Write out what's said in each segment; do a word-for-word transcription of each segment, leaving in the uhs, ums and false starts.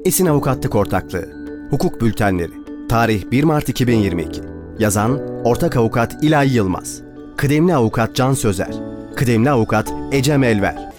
Esin Avukatlık Ortaklığı Hukuk Bültenleri Tarih bir Mart iki bin yirmi iki Yazan Ortak Avukat İlay Yılmaz, Kıdemli Avukat Can Sözer, Kıdemli Avukat Ecem Elver.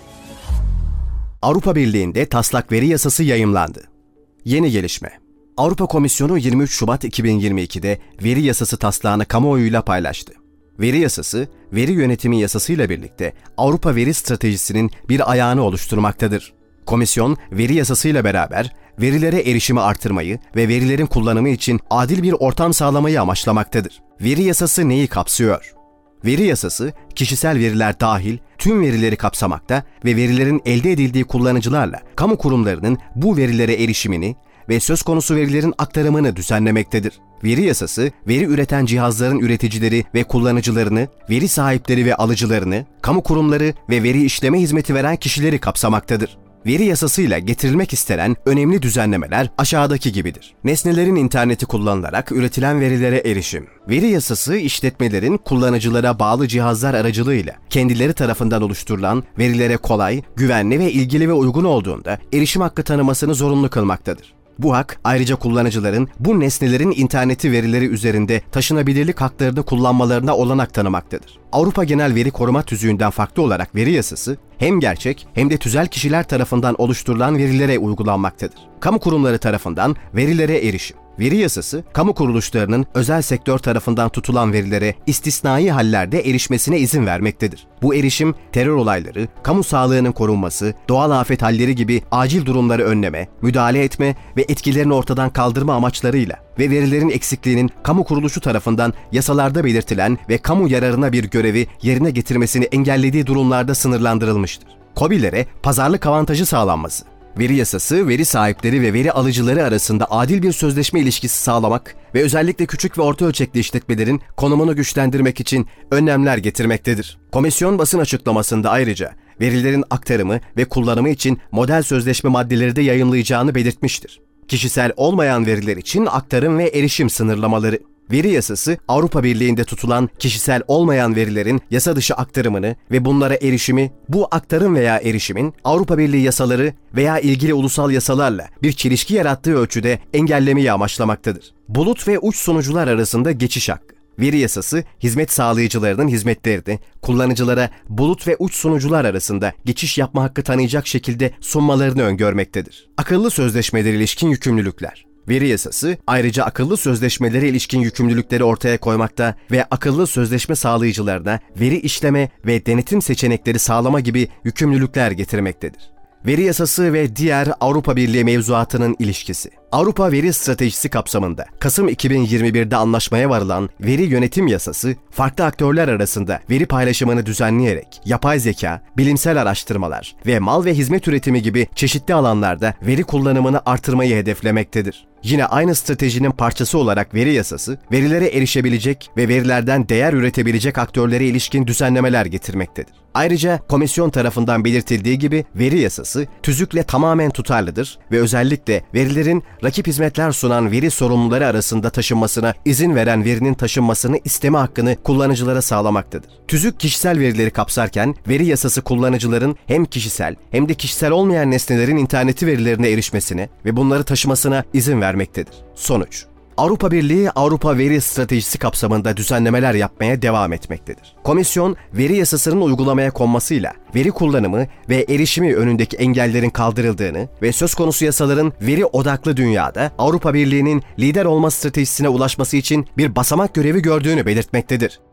Avrupa Birliği'nde taslak veri yasası yayımlandı. Yeni gelişme. Avrupa Komisyonu yirmi üç Şubat iki bin yirmi iki'de veri yasası taslağını kamuoyuyla paylaştı. Veri yasası, veri yönetimi yasasıyla birlikte Avrupa Veri Stratejisi'nin bir ayağını oluşturmaktadır. Komisyon, veri yasasıyla beraber verilere erişimi artırmayı ve verilerin kullanımı için adil bir ortam sağlamayı amaçlamaktadır. Veri yasası neyi kapsıyor? Veri yasası, kişisel veriler dahil tüm verileri kapsamakta ve verilerin elde edildiği kullanıcılarla kamu kurumlarının bu verilere erişimini ve söz konusu verilerin aktarımını düzenlemektedir. Veri yasası, veri üreten cihazların üreticileri ve kullanıcılarını, veri sahipleri ve alıcılarını, kamu kurumları ve veri işleme hizmeti veren kişileri kapsamaktadır. Veri yasasıyla getirilmek istenen önemli düzenlemeler aşağıdaki gibidir. Nesnelerin interneti kullanılarak üretilen verilere erişim. Veri yasası, işletmelerin kullanıcılara bağlı cihazlar aracılığıyla kendileri tarafından oluşturulan verilere kolay, güvenli ve ilgili ve uygun olduğunda erişim hakkı tanımasını zorunlu kılmaktadır. Bu hak, ayrıca kullanıcıların bu nesnelerin interneti verileri üzerinde taşınabilirlik haklarını kullanmalarına olanak tanımaktadır. Avrupa Genel Veri Koruma Tüzüğü'nden farklı olarak veri yasası, hem gerçek hem de tüzel kişiler tarafından oluşturulan verilere uygulanmaktadır. Kamu kurumları tarafından verilere erişim. Veri yasası, kamu kuruluşlarının özel sektör tarafından tutulan verilere istisnai hallerde erişmesine izin vermektedir. Bu erişim, terör olayları, kamu sağlığının korunması, doğal afet halleri gibi acil durumları önleme, müdahale etme ve etkilerini ortadan kaldırma amaçlarıyla ve verilerin eksikliğinin kamu kuruluşu tarafından yasalarda belirtilen ve kamu yararına bir görevi yerine getirmesini engellediği durumlarda sınırlandırılmıştır. KOBİ'lere pazarlık avantajı sağlanması. Veri yasası, veri sahipleri ve veri alıcıları arasında adil bir sözleşme ilişkisi sağlamak ve özellikle küçük ve orta ölçekli işletmelerin konumunu güçlendirmek için önlemler getirmektedir. Komisyon basın açıklamasında ayrıca verilerin aktarımı ve kullanımı için model sözleşme maddeleri de yayımlayacağını belirtmiştir. Kişisel olmayan veriler için aktarım ve erişim sınırlamaları. Veri yasası, Avrupa Birliği'nde tutulan kişisel olmayan verilerin yasa dışı aktarımını ve bunlara erişimi, bu aktarım veya erişimin Avrupa Birliği yasaları veya ilgili ulusal yasalarla bir çelişki yarattığı ölçüde engellemeyi amaçlamaktadır. Bulut ve uç sunucular arasında geçiş hakkı. Veri yasası, hizmet sağlayıcılarının hizmetlerini kullanıcılara bulut ve uç sunucular arasında geçiş yapma hakkı tanıyacak şekilde sunmalarını öngörmektedir. Akıllı sözleşmelere ilişkin yükümlülükler. Veri yasası, ayrıca akıllı sözleşmelere ilişkin yükümlülükleri ortaya koymakta ve akıllı sözleşme sağlayıcılarına veri işleme ve denetim seçenekleri sağlama gibi yükümlülükler getirmektedir. Veri yasası ve diğer Avrupa Birliği mevzuatının ilişkisi. Avrupa Veri Stratejisi kapsamında Kasım iki bin yirmi bir'de anlaşmaya varılan Veri Yönetim Yasası, farklı aktörler arasında veri paylaşımını düzenleyerek yapay zeka, bilimsel araştırmalar ve mal ve hizmet üretimi gibi çeşitli alanlarda veri kullanımını artırmayı hedeflemektedir. Yine aynı stratejinin parçası olarak veri yasası, verilere erişebilecek ve verilerden değer üretebilecek aktörlere ilişkin düzenlemeler getirmektedir. Ayrıca komisyon tarafından belirtildiği gibi veri yasası tüzükle tamamen tutarlıdır ve özellikle verilerin rakip hizmetler sunan veri sorumluları arasında taşınmasına izin veren verinin taşınmasını isteme hakkını kullanıcılara sağlamaktadır. Tüzük kişisel verileri kapsarken veri yasası kullanıcıların hem kişisel hem de kişisel olmayan nesnelerin interneti verilerine erişmesine ve bunları taşımasına izin vermektedir. Sonuç: Avrupa Birliği, Avrupa Veri Stratejisi kapsamında düzenlemeler yapmaya devam etmektedir. Komisyon, veri yasasının uygulamaya konmasıyla veri kullanımı ve erişimi önündeki engellerin kaldırıldığını ve söz konusu yasaların veri odaklı dünyada Avrupa Birliği'nin lider olma stratejisine ulaşması için bir basamak görevi gördüğünü belirtmektedir.